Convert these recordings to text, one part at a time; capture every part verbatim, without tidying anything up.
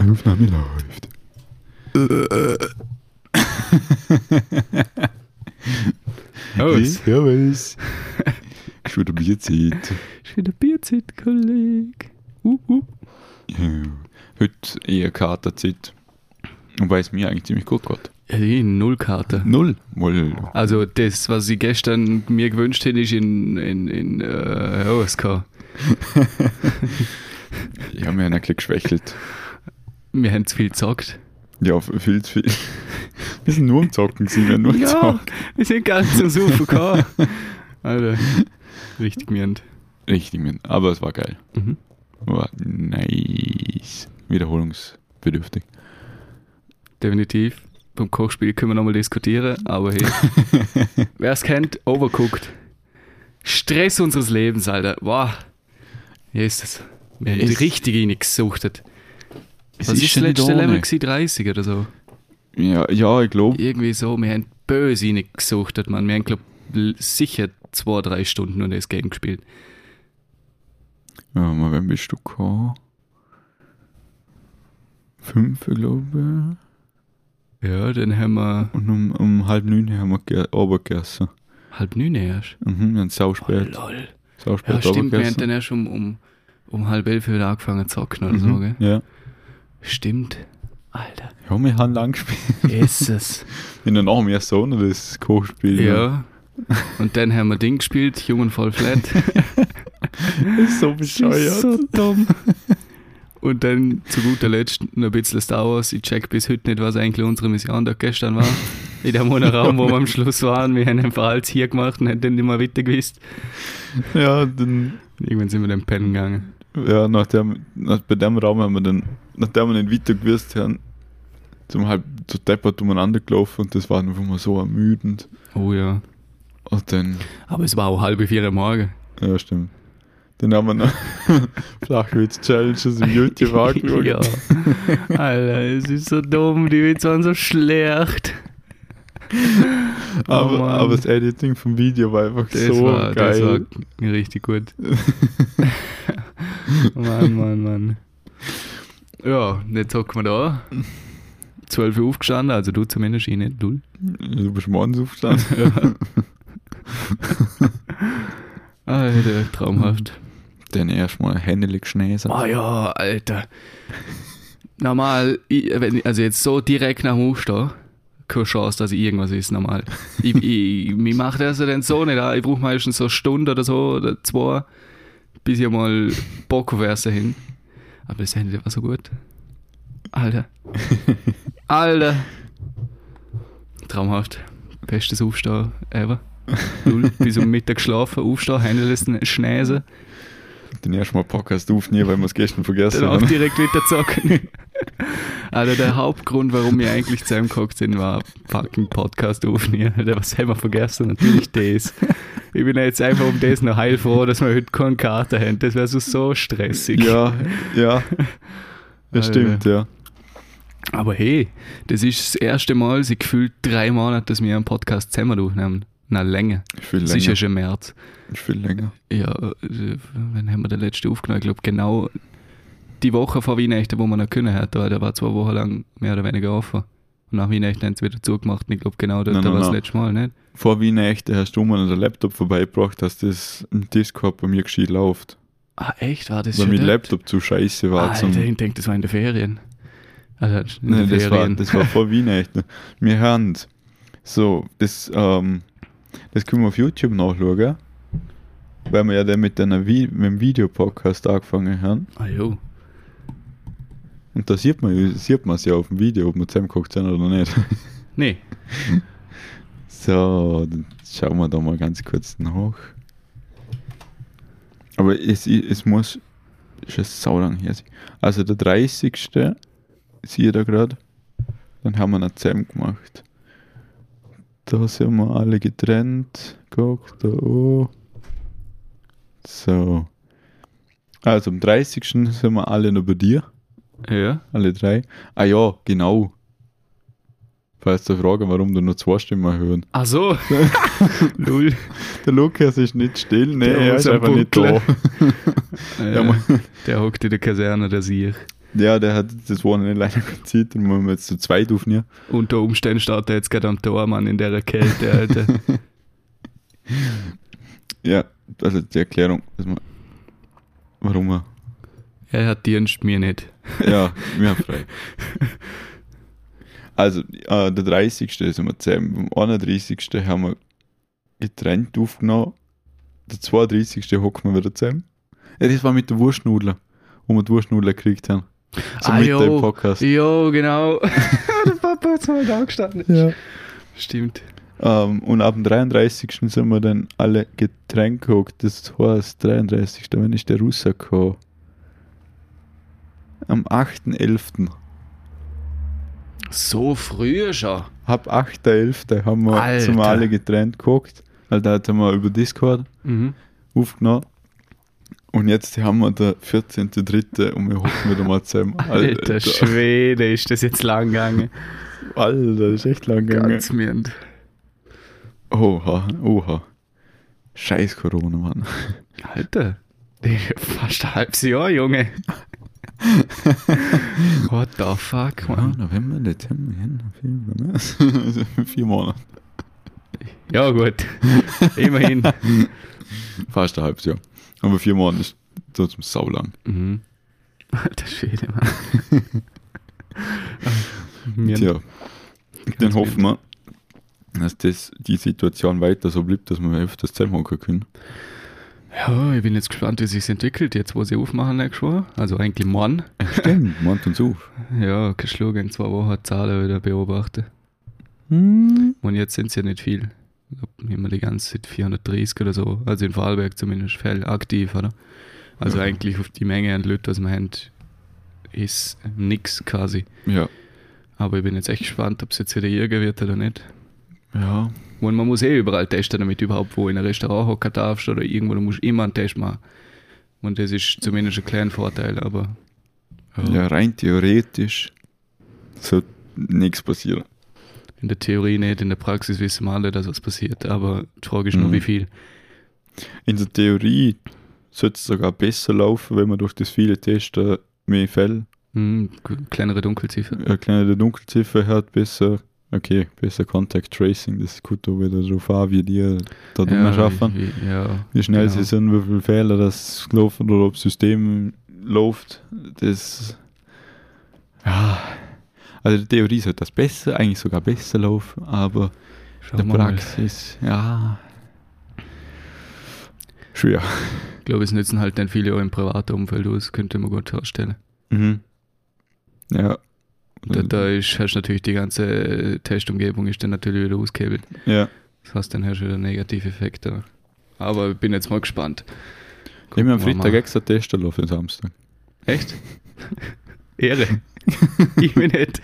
Aufnahme läuft. Oh, Servus. Ist wieder Bierzeit. Ist wieder Bierzeit, Kollege. Uh, uh. Ja, heute eher Katerzeit. Wobei es mir eigentlich ziemlich gut geht. Ja, die Nullkarte. Null? Wohl. Also das, was ich gestern mir gewünscht hätte, ist in, in, in äh, O S K. Ich habe mich ein bisschen geschwächelt. Wir haben zu viel gezockt. Ja, viel zu viel. Wir sind nur am Zocken gewesen, wir haben nur Ja, gezockt. wir sind ganz zum Saufen gekommen. Alter, richtig gemiert. Richtig, man. Aber es war geil. Mhm. War nice. Wiederholungsbedürftig. Definitiv. Beim Kochspiel können wir nochmal diskutieren, aber hey, wer es kennt, Overcooked. Stress unseres Lebens, Alter. Wow. Jesus. Wir haben die Es- richtige reingesuchtet. Es Was ist das ja nicht letzte ohne. Level gewesen? dreißig oder so? Ja, ja, ich glaube. Irgendwie so. Wir haben böse reingesuchtet, man. Wir haben, glaube ich, sicher zwei, drei Stunden nur das Game gespielt. Ja, mal, wann bist du gekommen? Fünf, glaube Ja, dann haben wir ich. Und um, um halb neun haben wir ge- runtergegessen. halb neun erst. Mhm, wir haben sau Oh, spät. lol. Sau spät Ja, stimmt. Wir haben runtergegessen. dann erst um, um, um halb elf wieder angefangen zu zocken oder so, Mhm, gell? ja. Stimmt. Alter. Ja, wir haben lang gespielt. Jesus. In der Nacht mehr so noch das Kochspiel. Ja. Und dann haben wir Ding gespielt, Jung und voll flat. Das ist so bescheuert. So dumm. Und dann zu guter Letzt noch ein bisschen Star Wars. Ich check bis heute nicht, was eigentlich unsere Mission da gestern war. In dem Raum, wo wir am Schluss waren. Wir haben einfach alles hier gemacht und haben dann nicht mehr weiter gewusst. Ja, dann, Irgendwann sind wir dann pennen gegangen. ja, nach dem, nach, bei dem Raum haben wir dann, nachdem wir nicht weiter gewusst haben, zum halb so deppert umeinander gelaufen und das war einfach mal so ermüdend. Oh ja. Und dann, Aber es war auch halb vier am Morgen. ja, stimmt. Dann haben wir noch Flachwitz-Challenges im YouTube angeschaut. Ja. Alter, es ist so dumm, die Witze waren so schlecht. aber, Oh Mann. aber das Editing vom Video war einfach Das so war, geil. Das war richtig gut. Mann, Mann, Mann. Ja, jetzt hocken wir da. zwölf Uhr aufgestanden, also du zumindest, ich nicht, du. Du bist morgens aufgestanden. Alter, traumhaft. Dann erstmal Händchen geschnäsen. Oh ja, Alter. Normal, ich, wenn ich, also jetzt so direkt nach dem Aufstehen, keine Chance, dass ich irgendwas ist, normal. ich, ich, mich macht das ja dann so nicht an. Ich brauche meistens so eine Stunde oder so, oder zwei, bis ich mal Bock auf Essen hin. Aber das Handy war so gut. Alter. Alter. Traumhaft. Bestes Aufstehen ever. Null. Bis um Mittag geschlafen, aufstehen, Hände schnäsen. Den ersten Mal Podcast aufnehmen, weil wir es gestern vergessen Dann auch haben. direkt wieder zocken. Also der Hauptgrund, warum wir eigentlich zusammengehockt sind, war fucking Podcast aufnehmen. Alter, was haben wir vergessen? Natürlich das. Ich bin jetzt einfach um das noch heilfroh, dass wir heute keine Karte haben. Das wäre so, so stressig. Ja, ja. Das Alter. stimmt, ja. Aber hey, das ist das erste Mal seit gefühlt drei Monaten, dass wir einen Podcast zusammen aufnehmen. Na, länger. Viel Das ist ja länger. schon März. Ist viel länger. Ja, äh, wann haben wir den letzten aufgenommen? Ich glaube, genau die Woche vor Weihnachten, wo man noch können hätte, weil der war zwei Wochen lang mehr oder weniger offen. Und nach Weihnachten haben sie wieder zugemacht. Und ich glaube, genau dort Nein, nein, war das nein. letzte Mal, nicht? Vor Weihnachten hast du mal den Laptop vorbeigebracht, dass das im Discord bei mir gescheit läuft. Ah, echt? War das Weil schon mein dort? Laptop zu scheiße war. Alter, zum, ich denke, das war in den Ferien. Also in Nein, den das war, Ferien. das war vor Weihnachten. Wir haben so, das, ähm, das können wir auf YouTube nachschauen, gell? Weil wir ja dann mit, einer Vi- mit dem Videopodcast angefangen haben. Ah jo. Und da sieht man sieht man es ja auf dem Video, ob wir zusammengeguckt sind oder nicht. Nee. So, dann schauen wir da mal ganz kurz nach. Aber es, es muss schon sau lang her sein. Also der dreißigste sehe ich da gerade. Dann haben wir noch zusammen gemacht. Da sind wir alle getrennt. Guck da an. So. Also am dreißigsten sind wir alle noch bei dir. Ja. Alle drei. Ah ja, genau. Falls du fragen, warum du nur zwei Stimmen hören. Ach so. Null. Der Lukas ist nicht still, nee, Der er muss ist am einfach nicht da. Bunkeln. Ja, Ja, man- der hockt in der Kaserne, der Sieg. Ja, der hat das Wochenende leider gezieht und wir haben jetzt zu zweit aufnehmen. Unter Umständen steht er jetzt gerade am Tor, Mann, in der Kälte, Alter. Ja, also die Erklärung, dass man, warum wir. Er hat Dienst, mir nicht. Ja, wir haben frei. Also, äh, der dreißigste sind wir zusammen. Am einunddreißigsten haben wir getrennt aufgenommen. Der zweiunddreißigste hocken wir wieder zusammen. Ja, das war mit der Wurstnudler, wo wir die Wurstnudler gekriegt haben. So ah, mit jo, dem Podcast. Jo, genau. Der Papa hat mal da gestanden. Ja. Stimmt. Ähm, und ab dem dreiunddreißigsten sind wir dann alle getrennt gehockt. Das heißt, dreiunddreißigsten wenn ich der rausgekommen. Am achten elften So früh schon? Ab achten elften haben wir Alter. zum alle getrennt gehockt. Weil da haben wir über Discord Mhm. aufgenommen. Und jetzt haben wir den vierzehnten dritten und wir hocken wieder mal zusammen. Alter Schwede, ist das jetzt lang gegangen? Alter, das ist echt lang gegangen. Ganz mirnd. Oha, oha. Scheiß Corona, Mann. Alter, das ist ja fast ein halbes Jahr, Junge. What the fuck, Ja, man? November, Dezember, Jänner, Februar, also vier Monate. Ja gut, immerhin. Fast ein halbes Jahr. Aber vier Monate ist trotzdem saulang. Mhm. Alter Schwede, Mann. Mir Tja, dann hoffen wir, dass das, die Situation weiter so bleibt, dass wir öfters zusammenhocken können. Ja, ich bin jetzt gespannt, wie sich entwickelt, jetzt wo sie aufmachen nächstes Jahr. Also eigentlich morgen. Stimmt, meint uns auf. Ja, geschlagen in zwei Wochen Zahlen wieder beobachten. Hm. Und jetzt sind es ja nicht viel. Ich glaube, immer die ganze Zeit vierhundertdreißig oder so. Also in Vorarlberg zumindest viel aktiv, oder? Also Ja. eigentlich auf die Menge an Leuten, was wir haben, ist nix quasi. Ja. Aber ich bin jetzt echt gespannt, ob es jetzt wieder irgen wird oder nicht. Ja. Und man muss eh überall testen, damit du überhaupt wo in einem Restaurant hocken darfst oder irgendwo, du musst immer einen Test machen. Und das ist zumindest ein kleiner Vorteil, aber Ja, rein theoretisch sollte nichts passieren. in der Theorie nicht, in der Praxis wissen wir alle, dass was passiert, aber die Frage ist nur, Mhm. wie viel. In der Theorie sollte es sogar besser laufen, wenn man durch das viele Testen mehr Fälle, Hm, kleinere Dunkelziffer. eine kleine Dunkelziffer hat, besser, okay, besser Contact Tracing, das kommt auch wieder darauf an, wie die da drüber schaffen. Wie, wie, ja, Wie schnell genau. sie sind, wie viele Fehler das laufen oder ob das System läuft, das, ja, also in der Theorie sollte das besser, eigentlich sogar besser laufen, aber Schauen in wir der mal. Praxis, ja, schwer. Ich glaube, es nützen halt dann viele auch im privaten Umfeld aus, könnte man gut vorstellen. Mhm. Ja. Da, da ist, hast du natürlich die ganze Testumgebung ist dann natürlich wieder ausgehebelt. Ja. Das heißt, dann hast du wieder negative Effekte. Aber ich bin jetzt mal gespannt. Ich habe mir am Gucken wir Freitag mal. extra testen lassen für den Samstag. Echt? Ehre. Ich bin nicht.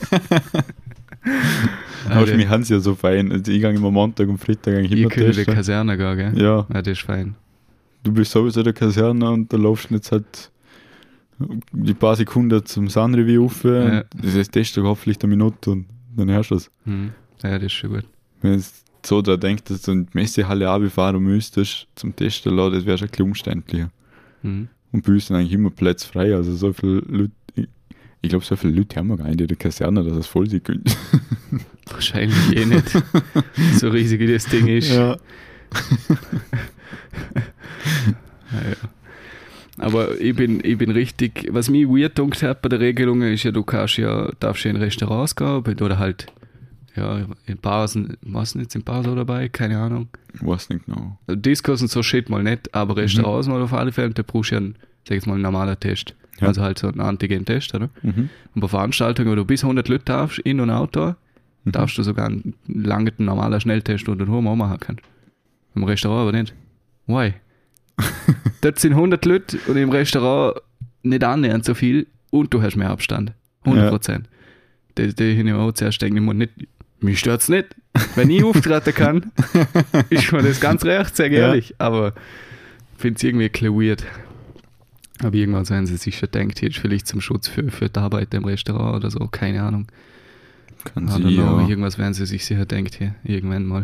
Aber wir haben es ja so fein. Also ich gehe immer Montag und Freitag eigentlich Ihr immer könnt in der testen. Kaserne gehen, gell? Ja, Ja, das ist fein. du bist sowieso in der Kaserne und da laufst du jetzt halt die paar Sekunden zum Sun-Review auf. Ja. Das heißt, testest du hoffentlich eine Minute und dann hörst du es. Hm. Ja, das ist schon gut. Wenn du so da denkst, dass du in die Messehalle runterfahren müsstest zum Testen lassen, das wäre schon ein bisschen umständlicher. Hm. Und bei uns sind eigentlich immer Plätze frei. Also so viele Leute, ich, ich glaube, so viele Leute haben wir gar nicht in der Kaserne, dass es voll sein könnte. Wahrscheinlich eh nicht. So riesig wie das Ding ist. Ja. Naja. Aber ich bin, ich bin richtig, was mich weird gedacht hat bei der Regelung ist ja, du kannst ja, darfst ja in Restaurants gehen oder halt, ja, in Bars, was nicht, sind Bars auch dabei? Keine Ahnung. Ich weiß nicht genau. Also Discos und so shit mal nicht, aber Restaurants mal auf alle Fälle, und da brauchst du ja einen, sag ich jetzt mal, einen normalen Test. Ja. Also halt so einen Antigen-Test, oder? Mhm. Und bei Veranstaltungen, wo du bis hundert Leute darfst, in- und outdoor, Mhm. darfst du sogar einen langen normalen Schnelltest oder den auch machen können. Im Restaurant aber nicht. Why? Dort sind hundert Leute und im Restaurant nicht annähernd so viel und du hast mehr Abstand. hundert Prozent. Ja. Das, das habe ich mir auch zuerst denken, ich nicht, mich stört es nicht. Wenn ich auftreten kann, ist mir das ganz recht, sehr ehrlich. Ja. Aber ich finde es irgendwie ein bisschen weird. Aber irgendwann so haben sie sich schon gedacht, hier ist vielleicht zum Schutz für, für die Arbeit im Restaurant oder so, keine Ahnung. Kann I sie, don't know, ja. irgendwas werden sie sich sicher denkt hier, irgendwann mal.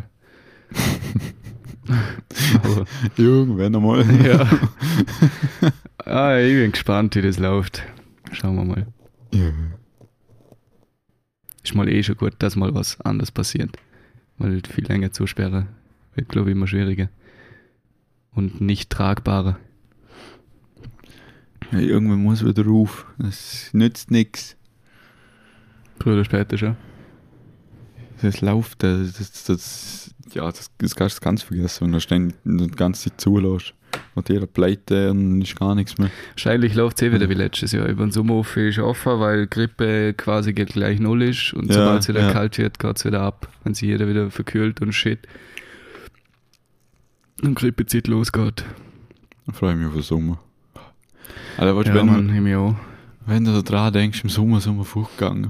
Aber, Irgendwann einmal. ja. Ah, ich bin gespannt, wie das läuft. Schauen wir mal. Ja. Ist mal eh schon gut, dass mal was anderes passiert. Weil viel länger zusperren wird, glaube ich, immer schwieriger. Und nicht tragbarer. Ja, irgendwann muss wieder rauf. Das nützt nichts. Früher oder später schon. Das läuft, das, das, das, ja, das, das kannst du ganz vergessen, wenn du ständig die ganze Zeit zulässt. Und jeder pleite und ist gar nichts mehr. Wahrscheinlich läuft es eh wieder wie letztes Jahr. Über den Sommer ist offen, weil Grippe quasi geht gleich null ist. Und Ja, sobald es wieder ja. kalt wird, geht es wieder ab. Wenn sich jeder wieder verkühlt und shit. Und Grippezeit losgeht. Dann freue ich mich auf den Sommer. Alter, weißt, Ja, wenn, Mann, im Jahr. wenn du da dran denkst, im Sommer sind wir fortgegangen.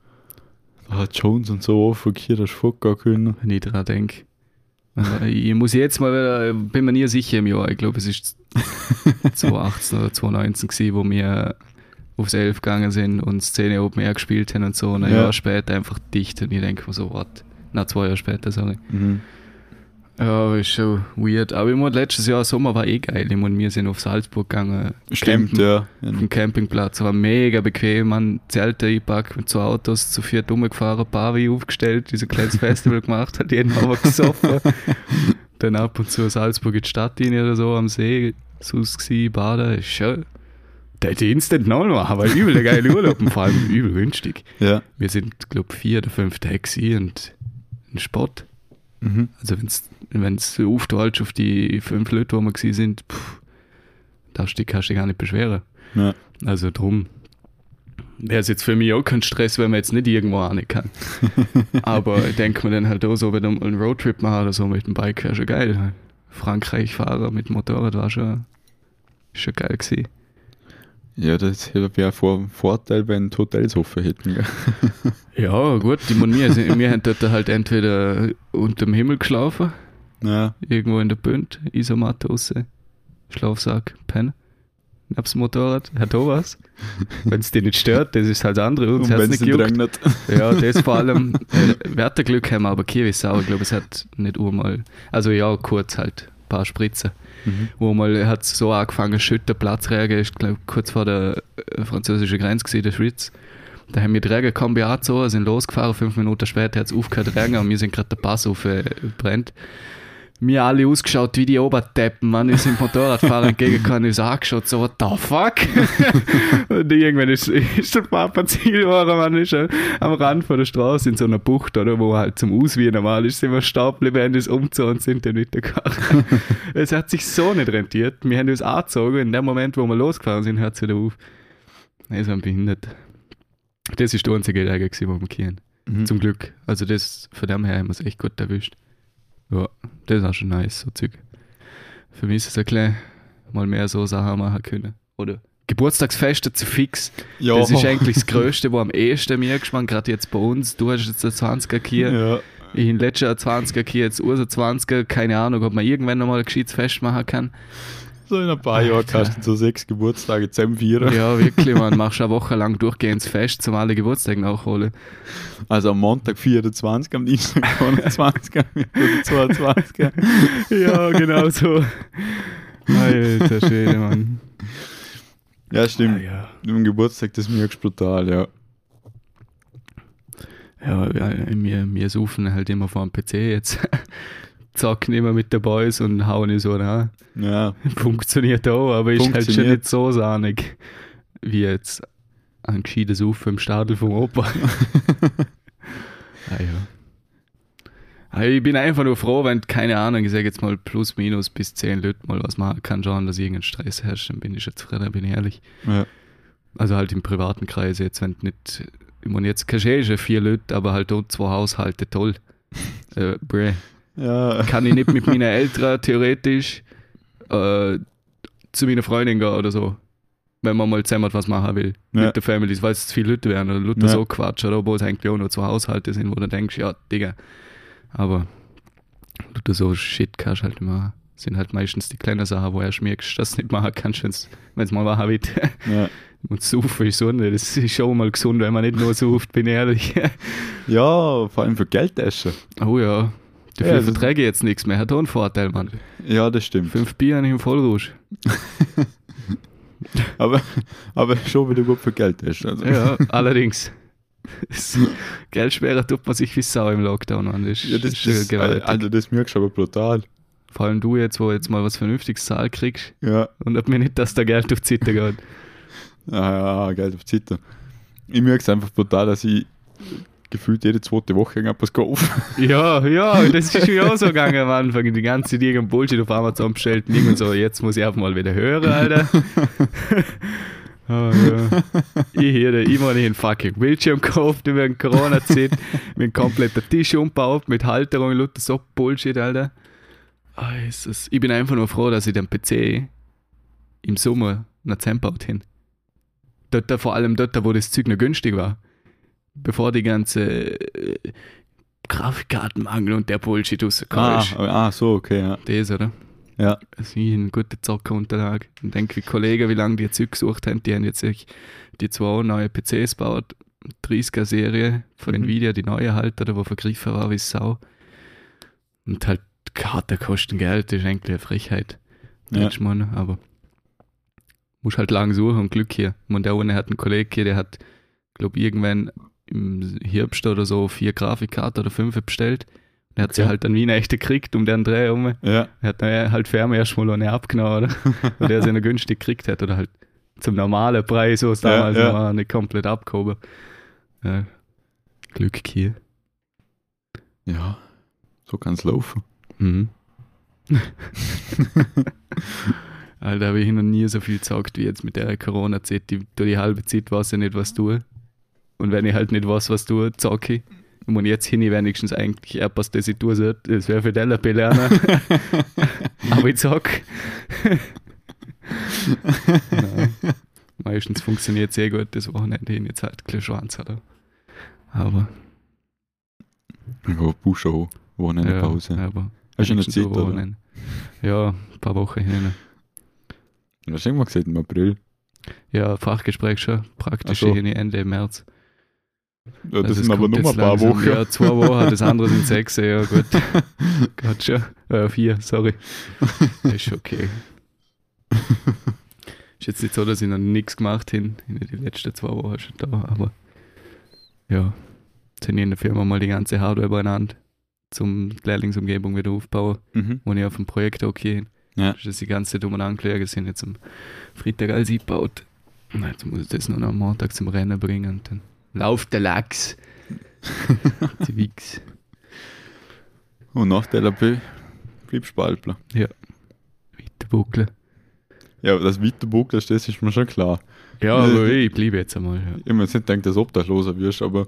Da hat Jones und so offen hier, dass du fortgehen können. Wenn ich dran denke. Also, ich muss jetzt mal wieder, bin mir nie sicher im Jahr. Ich glaube, es ist zwanzig achtzehn oder zwanzig neunzehn gewesen, wo wir aufs Elf gegangen sind und Szene Open Air gespielt haben und so. Und ein Ja. Jahr später einfach dicht. Und ich denke mir so, what? Na, zwei Jahre später, sorry. Mhm. Ja, ist schon weird. Aber ich meine, letztes Jahr Sommer war eh geil. Ich meine, wir sind auf Salzburg gegangen. Stimmt, campen. ja. Auf dem Campingplatz, war mega bequem, man Zelte eingepackt, mit zwei Autos zu viert rumgefahren, Pavi aufgestellt, dieser kleines Festival gemacht, hat jeden Abend gesoffen. Dann ab und zu Salzburg in die Stadt rein oder so, am See, sus gsi, baden, ist schon, der hätte ich instant noch machen, aber übel der geile Urlaub und vor allem übel günstig. Ja. Wir sind, glaube ich, vier oder fünf Tage gewesen und ein Sport. Mhm. Also wenn es aufteilst auf die fünf Leute, wo wir gewesen sind, pff, darfst du dich kannst du dich gar nicht beschweren. Ja. Also drum wäre es jetzt für mich auch kein Stress, wenn man jetzt nicht irgendwo hin kann. Aber ich denke mir dann halt auch so, wenn du mal einen Roadtrip machen oder so mit dem Bike, wäre schon geil. Frankreich fahren mit dem Motorrad war schon, schon geil gewesen. Ja, das wäre ein Vor- Vorteil, wenn die Hotels offen hätten. Gell? Ja, gut, ich meine, wir, sind- wir haben dort halt entweder unter dem Himmel geschlafen, Ja. irgendwo in der Bünd, Isomatte raus, Schlafsack, pennen. Nebst dem Motorrad, hat auch was. Wenn es dich nicht stört, das ist halt das andere. Uns Und hat's wenn es nicht nicht gejuckt. regnet. Ja, das vor allem. Äh, Wetterglück haben wir aber keine Sau. Ich glaube, es hat nicht einmal. Also ja, kurz halt. Ein paar Spritzen. Mhm. Wo mal hat es so angefangen, schütten, Platzregen. Ich glaube, kurz vor der äh, französischen Grenze gewesen, der Schweiz. Da haben wir die Regenkombi angezogen, sind losgefahren. Fünf Minuten später hat es aufgehört zu regnen und wir sind gerade der Pass auf äh, brennt. Wir alle ausgeschaut wie die Oberdeppen, man ist im Motorradfahrer entgegengekommen und ist angeschaut, so, what the fuck? Und irgendwann ist, ist der Papa Ziel geworden, man ist äh, am Rand von der Straße in so einer Bucht, oder, wo halt zum Ausweihen normal ist, sind wir stehen geblieben, ist umgezogen und sind dann weitergefahren. Es hat sich so nicht rentiert. Wir haben uns angezogen, in dem Moment, wo wir losgefahren sind, hört es wieder auf. Nein, so ein behindert. Das ist der einzige Ärger gewesen, wo wir kehren. Mhm. Zum Glück. Also das, von dem her haben wir es echt gut erwischt. Ja, das ist auch schon nice, so Zeug. Für mich ist es ein bisschen mal mehr so Sachen machen können. Oder Geburtstagsfeste zu fix. Ja. Das ist eigentlich das Größte, was am ehesten mir gespannt, gerade jetzt bei uns. Du hast jetzt einen zwanziger hier. Ja. Ich in letztes Jahr zwanziger hier, jetzt Ursa zwanziger. Keine Ahnung, ob man irgendwann nochmal ein gescheites Fest machen kann. So in ein paar Jahren kannst du so sechs Geburtstage zusammen feiern. Ja, wirklich, man. Machst eine Woche lang durchgehend Fest, zum alle Geburtstage nachholen. Also am Montag vierundzwanzig, am Dienstag neunundzwanzig, am Mittwoch zweiundzwanzig. Ja, genau so. Alter Schwede, Mann. Ja, stimmt. Ah, ja. Am Geburtstag, das merkst du brutal, ja. Ja, ja, wir, wir suchen halt immer vor dem P C jetzt. Zocken immer mit den Boys und hauen so rein. Ja, Funktioniert auch, aber ist halt schon Funktioniert. nicht so sahnig wie jetzt ein gescheites Saufen im Stadel vom Opa. Ah, ja. Ah, ich bin einfach nur froh, wenn, keine Ahnung, ich sage jetzt mal plus minus bis zehn Leute mal was machen kann, schauen, dass irgendein Stress herrscht, dann bin ich schon zufrieden, bin ich ehrlich. ja. Also halt im privaten Kreis jetzt, wenn du nicht, ich meine jetzt kannst du eh schon vier Leute, aber halt dort zwei Haushalte, toll. äh, breh. Ja. Kann ich nicht mit meinen Eltern theoretisch äh, zu meiner Freundin gehen oder so, wenn man mal zusammen was machen will Ja. mit der Family, weil es zu viele Leute werden oder Leute Ja. so Quatsch, oder obwohl es eigentlich auch nur zwei Haushalte sind, wo du denkst, ja, Digga, aber Leute so Shit kannst du halt nicht machen. Sind halt meistens die kleinen Sachen, wo du erst merkst, dass du nicht machen kannst, wenn es mal machen wird. Ja. Und saufen ist so nicht, das ist schon mal gesund, wenn man nicht nur sauft, bin ich ehrlich. Ja, vor allem für Geldtaschen. Oh ja, dafür Ja, das- verträge ich jetzt nichts mehr, hat auch einen Vorteil, Mann. Ja, das stimmt. Fünf Bier und ich im Vollrausch. aber, aber schon wieder gut für Geld ist. Also. Ja, allerdings. Das Geld sparen tut man sich wie Sau im Lockdown, Mann. Das, Ja, das, ist das, gewaltig. also das merkst du aber brutal. Vor allem du jetzt, wo jetzt mal was Vernünftiges Zahl kriegst. Ja. Und ob mir nicht, dass da Geld auf die Seite geht. Ah, ja, Geld auf die Seite. Ich merke es einfach brutal, dass ich gefühlt jede zweite Woche irgendwas kaufe. Ja, ja, das ist mir auch so gegangen am Anfang. Die ganze Zeit irgendein Bullshit auf Amazon bestellt und irgendwann so, jetzt muss ich einfach mal wieder hören, Alter. Oh, ja. Ich hier, ich habe einen fucking Bildschirm gekauft über die Corona-Zeit, mit einem kompletten Tisch umgebaut, mit Halterung, lauter so Bullshit, Alter. Oh, ist das. Ich bin einfach nur froh, dass ich den P C im Sommer noch zusammengebaut habe. Dort, vor allem dort, wo das Zeug noch günstig war. Bevor die ganze äh, Grafikkartenmangel und der Bullshit rausgekommen Ah, ist. ah, so, okay, ja. Das, oder? Ja. Also ich eine gute Zockerunterlage. Und denke, wie Kollegen, wie lange die Zeug gesucht haben, die haben jetzt die zwei neue P Cs gebaut. dreißiger-Serie von Mhm. Nvidia, die neue halt, oder wo vergriffen war wie Sau. Und halt, Karten kosten Geld, das ist eigentlich eine Frechheit. Ja. Ja. Man, aber muss halt lang suchen und Glück hier. Und der eine hat einen Kollegen hier, der hat, glaube irgendwann im Herbst oder so vier Grafikkarten oder fünf bestellt. Er hat Okay. sie halt dann wie eine echte gekriegt um den Dreh herum. Ja. Er hat dann halt für ihn erstmal eine abgenommen, oder? Weil er sie noch günstig gekriegt hat. Oder halt zum normalen Preis, so es Ja, damals ja. war, nicht komplett abgehoben. Ja. Glück hier. Ja. So kann es laufen. Mhm. Alter, habe ich noch nie so viel gezockt wie jetzt mit der Corona-Zeit. Die, die halbe Zeit weiß ich nicht, was tue. Und wenn ich halt nicht weiß, was tue, zocke ich. Und wenn jetzt hin, ich wenigstens eigentlich etwas, das ich tue sollte, das wäre für die L P lernen. Aber ich zock. Nein. Meistens funktioniert es sehr gut, das Wochenende hin jetzt halt ein bisschen Schwanz, oder? Aber, Ja, Busch hoch. Wochenende Pause. ja, aber Hast du eine wenigstens Zeit, so oder? Wochenende. Ja, ein paar Wochen hin. Was hast du irgendwann gesagt im April? Ja, Fachgespräch schon. Praktisch Ach so. hin Ende März. Ja, das Also es sind aber kommt nur jetzt mal ein paar langsam. Wochen. Ja, zwei Wochen, das andere sind sechs, ja gut. Geht schon. Äh, vier, sorry. Das ist okay. Ist jetzt nicht so, dass ich noch nichts gemacht habe in den letzten zwei Wochen schon da, aber ja, jetzt sind in der Firma mal die ganze Hardware beieinander, zum die Lehrlingsumgebung wieder aufbauen, Mhm. wo ich auf dem Projekt okay Ja. ist, dass die ganze dummen Anklage sind jetzt am Freitag alles eingebaut. Und jetzt muss ich das nur noch am Montag zum Rennen bringen und dann lauft der Lachs. Die Wichs. Und nach der L A P bleibst du Spaltler. Weiterbuckeln. Ja, das Weiterbuckeln, das ist mir schon klar. Ja, aber ich bleibe jetzt einmal. Ja. Ich habe mir jetzt nicht gedacht, dass du obdachloser wirst, aber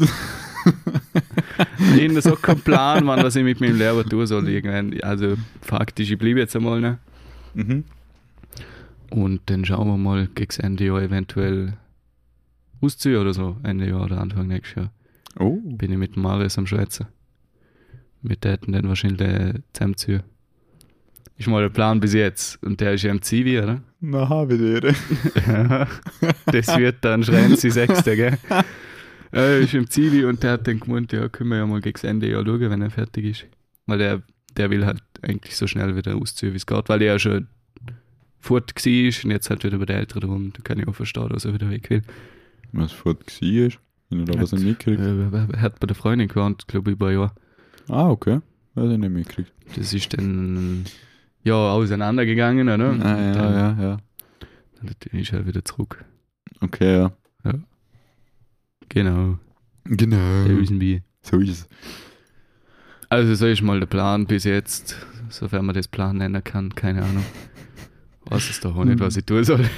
Ich habe so keinen Plan, Mann, was ich mit meinem Lehrer tun soll. Irgendwann. Also faktisch, ich bleibe jetzt einmal. Ne? mhm. Und dann schauen wir mal gegen Ende Jahr eventuell ausziehen oder so. Ende Jahr oder Anfang nächstes Jahr. Oh. Bin ich mit dem Marius am Schwätzen. Wir täten dann wahrscheinlich zusammenziehen. Ist mal der Plan bis jetzt. Und der ist ja im Zivi, oder? Na, habe ich dir. Das wird dann Schrenzi Sechster, gell? Er ist im Zivi und der hat dann gemeint, ja, können wir ja mal gegen das Ende Jahr schauen, wenn er fertig ist. Weil der, der will halt eigentlich so schnell wieder ausziehen, wie es geht, weil er ja schon fort war und jetzt halt wieder bei den Eltern rum. Da kann ich auch verstehen, dass er wieder weg will. Was fort war? Ich habe da was nicht mitgekriegt. Äh, Er hat bei der Freundin gewohnt, glaube ich, über ein Jahr. Ah, okay. Das habe ich nicht mitgekriegt. Das ist dann ja auseinandergegangen, oder? Ah, Und ja, dann, ja, ja. dann ist er wieder zurück. Okay, ja. Genau, Genau. der wissen wir. So ist es. Also so ist mal der Plan bis jetzt, sofern man das Plan nennen kann, keine Ahnung. Weiß es doch auch nicht, was ich tun soll.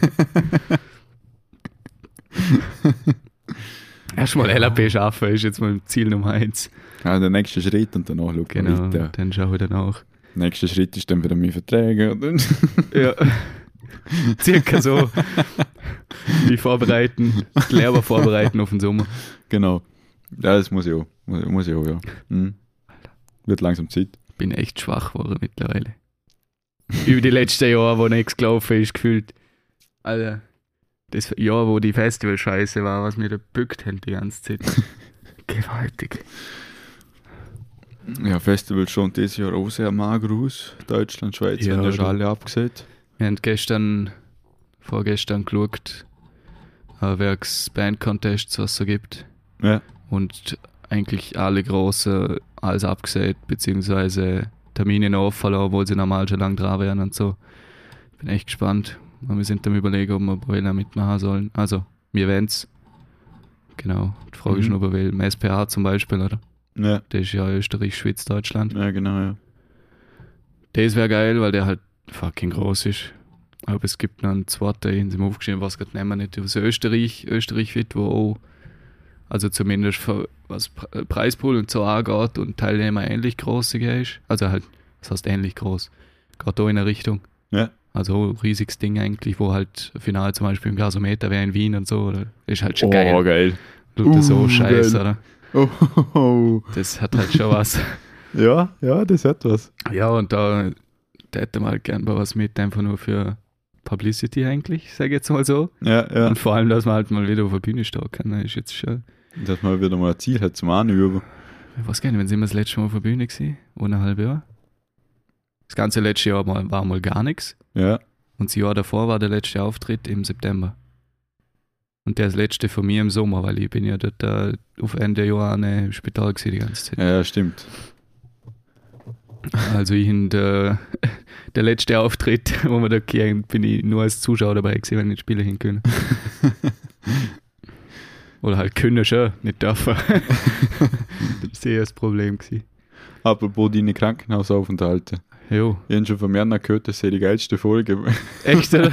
Erstmal L A P schaffen ist jetzt mal Ziel Nummer eins. Ah, der nächste Schritt und danach schauen wir Genau, weiter. dann schaue ich danach. Der nächste Schritt ist dann wieder meine Verträge. Und dann Ja, circa so. Wie vorbereiten, die Lehrer vorbereiten auf den Sommer. genau. Ja, das muss ich auch. Muss, muss ich auch, ja. Mhm. Wird langsam Zeit. Bin echt schwach geworden mittlerweile. Über die letzten Jahre, wo nichts gelaufen ist, gefühlt. Alter, das Jahr, wo die Festival-Scheiße war, was mir da gebückt haben die ganze Zeit. Gewaltig. Ja, Festival schon dieses Jahr auch sehr mager aus. Deutschland, Schweiz Ja, haben ja schon du- alle abgesagt. Wir haben gestern vorgestern geschaut, äh, Werks Band-Contests, was es so gibt. Ja. Und eigentlich alle großen alles abgesagt, beziehungsweise Termine noch offen, obwohl sie normal schon lange dran wären und so. Bin echt gespannt. Und wir sind am Überlegen, ob wir Brüller mitmachen sollen. Also, wir wollen's. Genau. Die Frage Mhm. ist nur, bei welchem S P A zum Beispiel, oder? Ja. Das ist ja Österreich, Schweiz, Deutschland. Ja, genau, ja. Das wäre geil, weil der halt fucking groß ist. Aber es gibt noch einen zweiten, in dem aufgeschrieben, was gerade nehmen wir nicht. Also Österreich, Österreich wird, wo auch, also zumindest für, was Pre- Preispool und so angeht und Teilnehmer ähnlich groß ist. Also halt, das heißt ähnlich groß. Gerade da in der Richtung. Ja. Also auch ein riesiges Ding eigentlich, wo halt Finale zum Beispiel im Gasometer wäre in Wien und so. Oder? Das ist halt schon Oh, geil. geil. Lauter so Uh, Scheiß, geil. oder? Oh, oh, oh. Das hat halt schon was. Ja, ja, das hat was. Ja, und da, da hätte man halt gern mal was mit, einfach nur für Publicity eigentlich, sage ich jetzt mal so. Ja, ja. Und vor allem, dass man halt mal wieder auf der Bühne stehen kann, das ist jetzt schon... Dass man wieder mal ein Ziel hat zum Anüben. Ich weiß gar nicht, wann sind wir das letzte Mal auf der Bühne gewesen? Eineinhalb Jahre? Das ganze letzte Jahr mal, war mal gar nichts. Ja. Und das Jahr davor war der letzte Auftritt im September. Und der das letzte von mir im Sommer, weil ich bin ja dort äh, auf Ende Jahr im Spital gewesen die ganze Zeit. Ja, ja, stimmt. Also ich in der, der letzte Auftritt, wo wir da gehen, bin ich nur als Zuschauer dabei gewesen, wenn ich nicht spielen hin können. Oder halt können schon, nicht dürfen. Das ist eher das Problem gewesen. Apropos deine Krankenhausaufenthalte. Jo. Ich habe schon von mehreren gehört, das sei die geilste Folge. Echt, oder?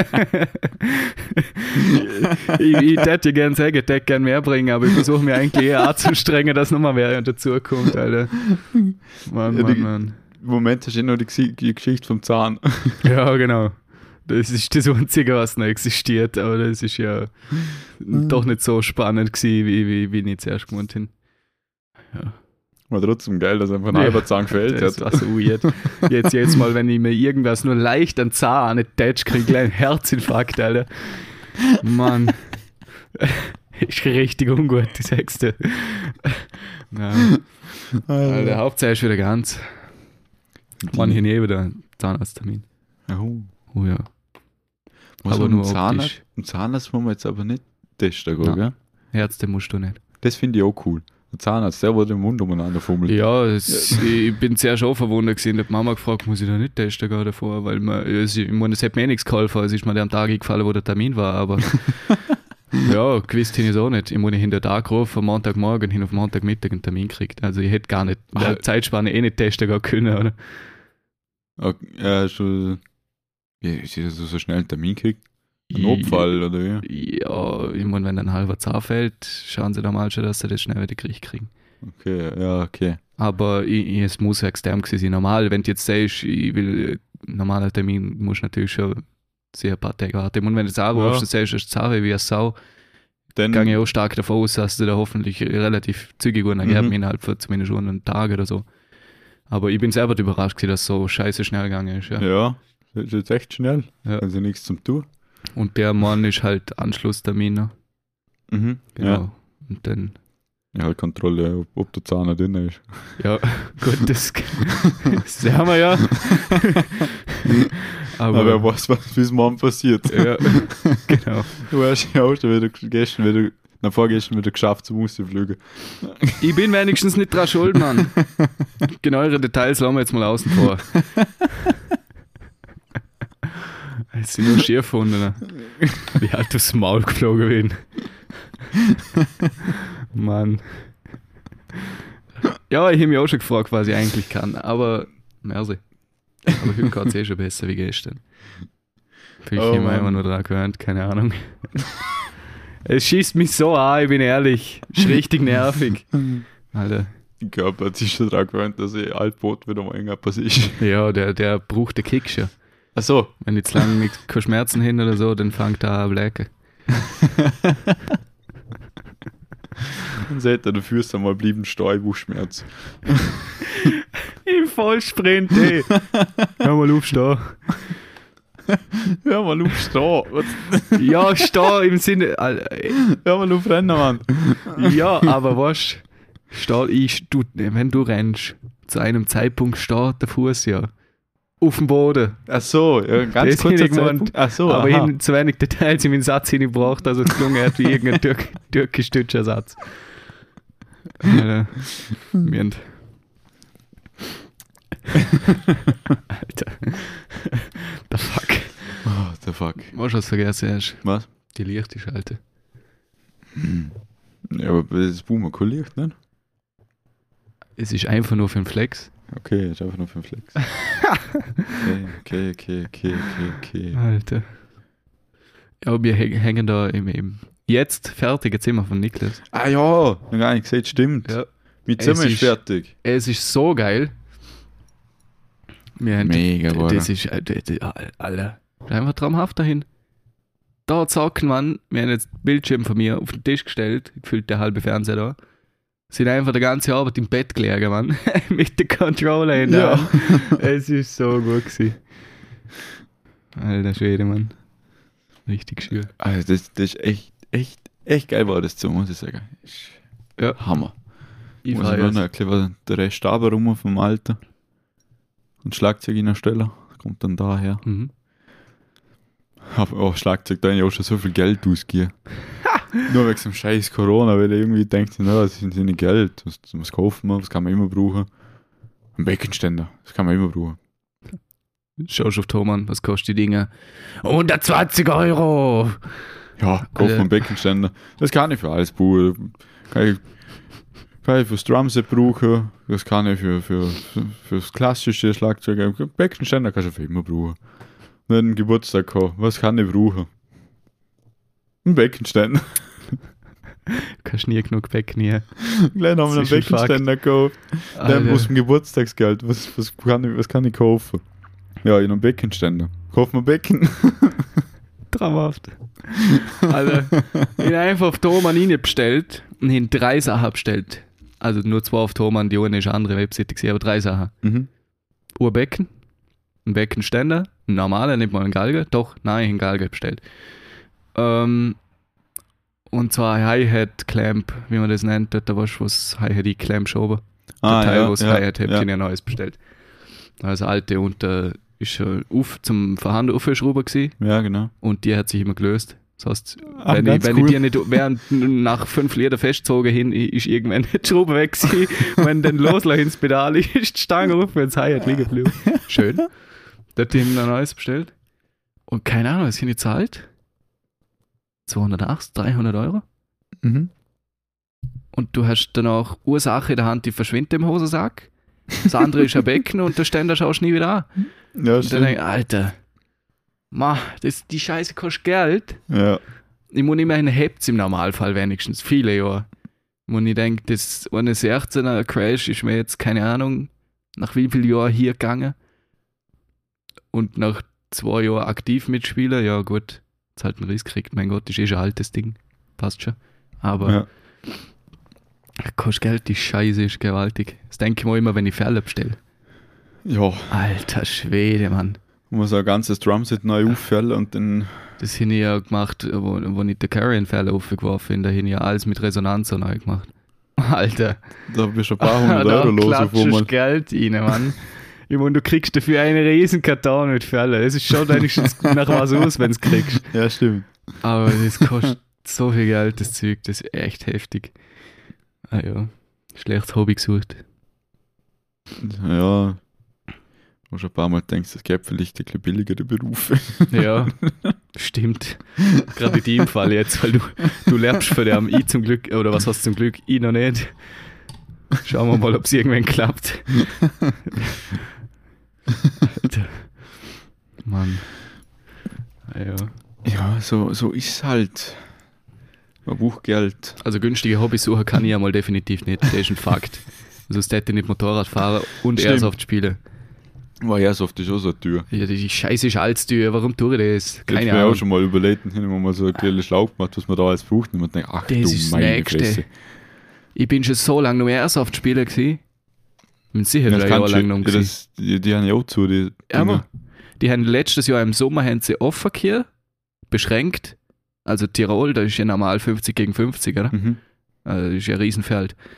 ich ich hätte gerne sagen, ich hätte gerne mehr bringen, aber ich versuche mir eigentlich eher anzustrengen, dass noch mal mehr dazukommt, Alter. Mann, Ja, Mann, die- Mann. Im Moment hast du eh noch die, Gsi- die Geschichte vom Zahn. Ja, genau. Das ist das Einzige, was noch existiert, aber das ist ja doch nicht so spannend gewesen, wie, wie, wie ich zuerst gemeint habe. Ja. War trotzdem geil, dass einfach ein Ja, halber Zahn gefällt Das hat. war so weird. Jetzt, jetzt mal, wenn ich mir irgendwas nur leicht an Zahn nicht tätsch, kriege ich gleich einen Herzinfarkt, Alter. Mann. Ist richtig ungut, die Sechste. Ja. Alter, Hauptsache ist wieder ganz. Mann, hier neben wieder einen Zahnarzttermin. Oh. Oh ja. Was Aber aber nur nur Zahnarzt, optisch. im Zahnarzt muss man jetzt aber nicht testen, Nein. gell? Ärzte musst du nicht. Das finde ich auch cool. Der Zahnarzt, der, der den Mund umeinander fummelt. Ja, es, ich bin sehr schon verwundert gewesen. Ich habe Mama gefragt, muss ich da nicht testen gehen davor? Weil man, es, ich meine, es hat mir eh nichts geholfen. Es ist mir der am Tag gefallen, wo der Termin war, aber ja, gewusst hätte ich es auch nicht. Ich meine, ich hinter Tag gerufen, am Montagmorgen hin auf Montagmittag einen Termin gekriegt. Also ich hätte gar nicht in der Ah. Zeitspanne eh nicht testen gehen können, oder? Okay, ja, schon. Wie ist das so schnell einen Termin gekriegt? Ein Notfall oder wie? Ja, ich meine, wenn ein halber Zahn fällt, schauen sie da mal schon, dass sie das schnell wieder gekriegt kriegen. Okay, ja, okay. Aber ich, ich, es muss ja extrem gewesen sein. Normal, wenn du jetzt sagst, ich will einen normalen Termin, musst du natürlich schon sehr ein paar Tage warten. Und wenn du jetzt anrufst Ja. und sagst, du hast Zahnweh wie eine Sau, Dann, gehe ich auch stark davon aus, dass du da hoffentlich relativ zügig einen ergeben, Mhm. innerhalb von zumindest schon einen Tag oder so. Aber ich bin selber überrascht gewesen, dass es so scheiße schnell gegangen ist. Ja. ja, das ist jetzt echt schnell. Ja. Also nichts zum Tun. Und der Mann ist halt Anschlusstermin. Ne? Mhm. Genau. Ja. Und dann, Ja, halt Kontrolle, ob, ob der Zahn noch drin ist. ja, gut, das, das haben wir ja. Aber, Aber wer weiß, was bis morgen passiert. ja, genau. Du hast ja auch schon wieder gestern wieder, na vorgestern wieder geschafft zum Rausfliegen. Ich bin wenigstens nicht dran schuld, Mann. Genauere Details lassen wir jetzt mal außen vor. Jetzt sind nur schier gefunden. Wie halt aufs Maul geflogen bin. Mann. Ja, ich habe mich auch schon gefragt, was ich eigentlich kann, aber merci. Aber heute geht es eh schon besser wie gestern. Vielleicht Oh habe ich mich Mann. immer nur dran gewöhnt, keine Ahnung. Es schießt mich so an, ich bin ehrlich. Ist richtig nervig. Alter. Der Körper hat sich schon daran gewöhnt, dass ich altbot wieder mal irgendwas ist. Ja, der, der braucht den Kick schon. Ach so. Wenn jetzt lange nichts- keine Schmerzen hin oder so, dann fängt er an zu lecken. Dann seht ihr, du führst einmal blieben Steuerbuchschmerz. Im Vollsprint, ey. Hör mal auf, steh. Hör mal auf, stehen. Was- Ja, steh im Sinne. äh, Hör mal auf, rennen, Mann. Ja, aber was? Steh, ich, du, wenn du rennst, zu einem Zeitpunkt steht der Fuß ja. auf dem Boden. Ach so, ja, ganz Das kurzer hätte ich gemeint. Zeitpunkt. Ach so, Aber aha. in zu wenig Details in meinen Satz hineingebracht, also es gelungen hat wie irgendein Türk türkisch-deutscher Satz. Äh, wir haben- Alter. The fuck. Oh, the fuck. Weißt du, was du vergessen hast? Was? Die Lichter schalten. Ja, aber das Boomer kolliert, ne? Es ist einfach nur für den Flex. Okay, ist einfach nur für den Flex. Okay, okay, okay, okay, okay, okay. Alter. Ja, wir häng- hängen da im, im jetzt fertigen Zimmer von Niklas. Ah ja, noch gar nicht gesehen, stimmt. Ja. Mein Es Zimmer ist ist- fertig. Es ist so geil. Wir haben Mega, d- Bruder. Das ist, äh, d- d- Alter, einfach traumhaft dahin. Da zocken, Mann. Wir haben jetzt den Bildschirm von mir auf den Tisch gestellt, gefühlt der halbe Fernseher da. Sind einfach die ganze Arbeit im Bett gelegen, Mann. Mit dem Controller in der Ja. Hand. Es ist so gut gewesen. Alter Schwede, Mann. Richtig schön. Also das, das ist echt, echt, echt geil war das Zimmer, muss ich sagen. Ist Ja. Hammer. Ich Muss ich noch feier's. erklären, der Rest aber rum vom Alter. Und Schlagzeug in der Stelle. Kommt dann daher. Mhm. Aber auch Schlagzeug, da habe ich auch schon so viel Geld ausgegeben. Nur wegen dem scheiß Corona, weil ich irgendwie denkt, na, das ist nicht Geld. Was, was kaufen wir, was kann man immer brauchen? Ein Beckenständer, das kann man immer brauchen. Schaust auf Thomann, was kostet die Dinge? hundertzwanzig Euro! Ja, kauft Alter. man einen Beckenständer. Das kann ich für alles brauchen. Kann ich, kann ich fürs Drumset brauchen, das kann ich für, für, für fürs klassische Schlagzeug. Beckenständer kannst du für immer brauchen. Wenn ich einen Geburtstag habe, was kann ich brauchen? Ein Beckenständer. Du kannst nie genug Becken hier. Gleich haben wir einen Das ist ein Beckenständer gekauft. Dann aus dem Geburtstagsgeld. Was, was, kann ich, was kann ich kaufen? Ja, ich noch einen Beckenständer. Kauf mir Becken. Traumhaft. Also, ich habe einfach auf Thomann reinbestellt und habe drei Sachen bestellt. Also nur zwei auf Thomann, die eine ist eine andere Webseite gesehen, aber drei Sachen. Mhm. Urbecken, ein Beckenständer, ein normaler, nicht mal ein Galgen. Doch, nein, ich habe einen Galgen bestellt. Ähm, und zwar ein Hi-Hat-Clamp, wie man das nennt. Dort, da weißt du, was Hi-Hat-Clamp schoben. Ah, der Teil, ja, wo es ja, Hi-Hat hat, ja. ja. ein neues bestellt. Das alte und da ist schon auf, zum Vorhanden aufgeschrauben gewesen Ja, genau. und die hat sich immer gelöst. Das heißt, Ah, wenn, ich, ganz wenn cool. ich die nicht während nach fünf Lieder festgezogen hin, ist irgendwann die Schraube weg gewesen. Wenn dann loslasse ins Pedal, ist die Stange auf, wenn das Hi-Hat liegen geblieben. Schön. Dort haben wir ein neues bestellt. Und keine Ahnung, was sind die zahlt? zweihundertacht, dreihundert Euro? Mhm. Und du hast dann auch Ursache in der Hand, die verschwindet im Hosensack. Das andere ist ein Becken und der Ständer schaust nie wieder an. Ja, Und dann stimmt. denke ich, Alter, ma, das, die Scheiße kostet Geld. Ja. Ich muss nicht mehr einen Hebt's im Normalfall wenigstens, viele Jahre. Und ich denke, das eine sechzehner Crash ist mir jetzt, keine Ahnung, nach wie vielen Jahren hier gegangen. Und nach zwei Jahren aktiv mitspielen, ja gut, jetzt halt einen Riss gekriegt, mein Gott, ist eh schon ein altes Ding, passt schon. Aber Ja. kostet Geld, die Scheiße ist gewaltig. Das denke ich mir immer, wenn ich Fälle bestelle. Ja, Alter Schwede, Mann. muss ein ganzes Drumset neu auffällen und dann. Das habe ich ja gemacht, wo, wo ich den Carrion-Fälle aufgeworfen bin. Da habe ich ja alles mit Resonanzer neu gemacht. Alter. Da bist du ein paar hundert da Euro los auf klatschst einmal. Geld rein, Mann. Ich meine, du kriegst dafür einen riesen Karton mit Fällen. Es ist schon wenigstens nach was aus, wenn du es kriegst. Ja, stimmt. Aber das kostet so viel Geld, das Zeug. Das ist echt heftig. Ah ja, schlechtes Hobby gesucht. Ja. Du schon ein paar Mal denkst, es gäbe vielleicht ein bisschen billigere Berufe. Ja, stimmt. Gerade in deinem Fall jetzt, weil du, du lernst von dem ich zum Glück, oder was hast du zum Glück, ich noch nicht. Schauen wir mal, ob es irgendwann klappt. Alter. Mann. Ah ja. Ja, so, so ist es halt. Man braucht Geld. Also günstige Hobbys suchen kann ich ja mal definitiv nicht, das ist ein Fakt. Sonst hätte ich nicht Motorrad fahren und Stimmt. Airsoft spielen. War Airsoft ist auch so eine Tür. Ja, die Scheiße ist alles teuer, warum tue ich das? Jetzt Keine mir Ahnung. auch schon mal überlegt und haben wir mal so einen kleinen Schlauch gemacht, was man da alles braucht. Und man denkt, ach Das du ist das meine Nächste. Fresse. Ich bin schon so lange noch Airsoft spielen gewesen. Ich bin sicher Ja, das drei Jahre kannst lang du, noch ja, gewesen. das, die, die haben ja auch zu, die Ja, Dinger. aber die haben letztes Jahr im Sommer haben sie offen hier, beschränkt. Also Tirol, da ist ja normal fünfzig gegen fünfzig, oder? Mhm. Also das ist ja ein Riesenfeld.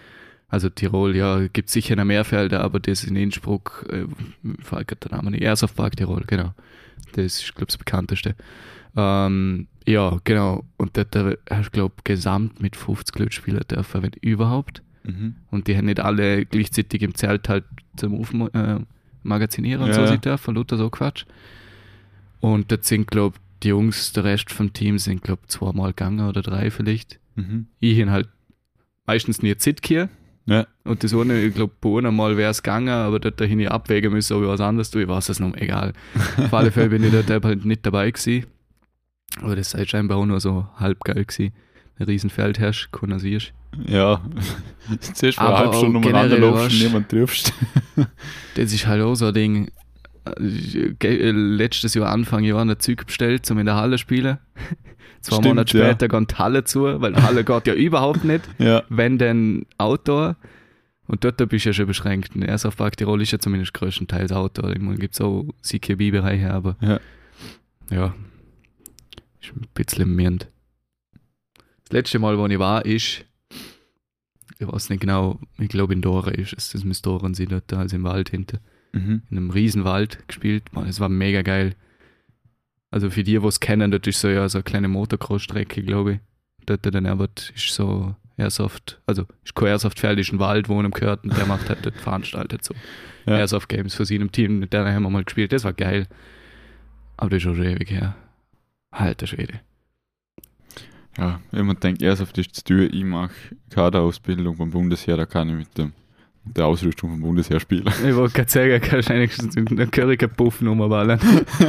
Also Tirol, ja, gibt sicher noch mehr Felder, aber das in Innsbruck, äh, fällt der Name nicht, Airsoft-Park Tirol, genau. Das ist, glaube ich, das bekannteste. Ähm, ja, genau. Und dort hast du, glaube ich, gesamt mit fünfzig Leuten spielen dürfen, wenn überhaupt. Mhm. Und die haben nicht alle gleichzeitig im Zelt halt zum Aufmagazinieren und Ja. so sich dürfen, lauter so Quatsch. Und dort sind, glaube ich, die Jungs, der Rest vom Team sind, glaube ich, zweimal gegangen oder drei vielleicht. Mhm. Ich hin halt meistens nie Zeit gehabt. Ja. Und das eine, ich glaube, bei einem Mal wäre es gegangen, aber dort dahin ich abwägen müssen, ob ich was anderes tue. Ich weiß es noch, egal. Auf alle Fälle bin ich dort halt nicht dabei gewesen. Aber das sei scheinbar auch nur so halb geil gewesen. Ein riesen Feld herrscht, kann siehst. Ja. Zuerst mal eine Aber halbe Stunde auch umeinander generell, laufst und weißt- niemand triffst. Das ist halt auch so ein Ding. Äh, ge- Letztes Jahr, Anfang Jahr, ein Zeug bestellt, um in der Halle zu spielen. Zwei Stimmt, Monate ja. später geht die Halle zu, weil die Halle geht ja überhaupt nicht. Ja. Wenn dann Outdoor. Und dort bist du ja schon beschränkt. In Airsoft-Park Tirol ist ja zumindest größtenteils Outdoor. Irgendwann gibt es auch C Q B-Bereiche, aber Ja. ja, ist ein bisschen mirrend. Das letzte Mal, wo ich war, ist, ich weiß nicht genau, ich glaube in Dora ist es, das müsste Doren sein, dort, also im Wald hinten. Mhm. In einem riesen Wald gespielt. Man, es war mega geil. Also für die, die es kennen, das ist so, ja, so eine kleine Motocross-Strecke, glaube ich. Dort dann aber ist so Airsoft, also ist kein Airsoft-Feld, ist ein Wald, wo einem gehört und der macht halt, dort veranstaltet so Ja. Airsoft-Games für seinem Team. Mit der haben wir mal gespielt, das war geil. Aber das ist schon schon ewig her. Alter Schwede. Ja, wenn man denkt, Airsoft ist zu teuer, ich mache Kaderausbildung beim Bundesheer, da kann ich mit, dem, mit der Ausrüstung vom Bundesheer spielen. Ich wollte gerade sagen, kannst du wenigstens einen Curriger Puff nummern.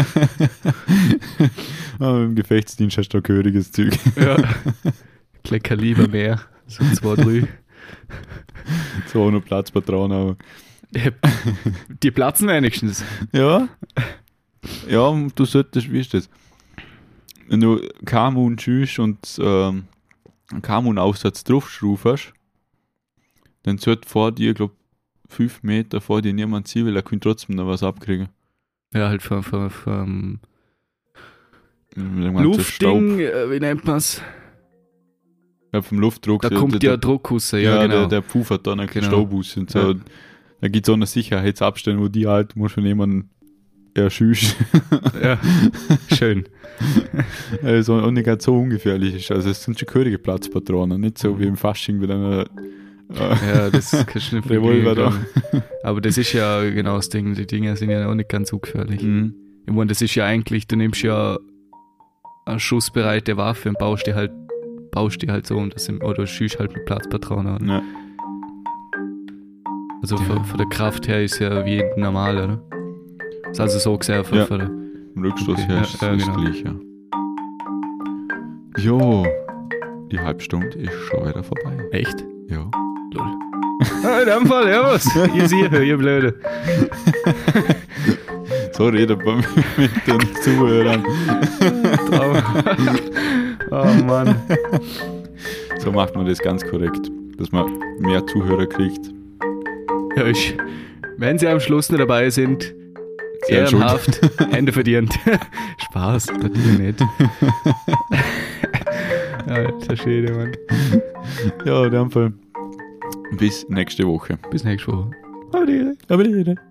Aber im Gefechtsdienst hast du ein gehöriges Zeug. Ja. Gleich Kaliber mehr. So zwei, drei. So noch Platzpatronen, aber. Die platzen wenigstens. Ja. Ja, du solltest, wie ist das? Wenn du Kamun schießt und ähm, einen Kamun-Aufsatz draufschraubst hast, dann sollte vor dir, glaube ich, fünf Meter vor dir niemand sehen, weil er kann trotzdem noch was abkriegen. Ja, halt vom, vom, vom Mit dem ganzen Luftding, äh, wie nennt man es? Ja, vom Luftdruck. Da der, kommt der, ja Druck raus, ja, ja, genau. der, der pufert dann ein Genau. Staub aus und so. Ja. Da gibt es auch eine Sicherheitsabstände, wo die halt, muss schon jemanden erschießen. Ja, schön. Also auch nicht ganz so ungefährlich ist. Also es sind schon gehörige Platzpatronen, nicht so wie im Fasching mit einer äh, Ja, das kannst du nicht Revolver da. vergleichen. Aber das ist ja genau das Ding. Die Dinge sind ja auch nicht ganz ungefährlich. Mhm. Ich meine, das ist ja eigentlich, du nimmst ja eine schussbereite Waffe und baust die halt, baust die halt so und das sind, oder schießt halt mit Platzpatronen. Ja. Also Ja. von, von der Kraft her ist ja wie normal, oder? Ist also so gesehen von, Ja. von der. Im Rückstoß Okay, her ja, ist ja, es genau. gleich, ja. Jo, die Halbstunde ist schon wieder vorbei. Echt? Ja. Lol. Ah, in dem Fall, ja was? Ihr seht, ihr Blöde. So redet man mit den Zuhörern. Traum. Oh Mann. So macht man das ganz korrekt, dass man mehr Zuhörer kriegt. Ja, ich, wenn sie am Schluss nicht dabei sind, Sehr schuld. ehrenhaft, Hände verdient. Spaß, natürlich nicht. Alter Schwede, Mann. Ja, in dem Fall bis nächste Woche. Bis nächste Woche. Aber die, aber die.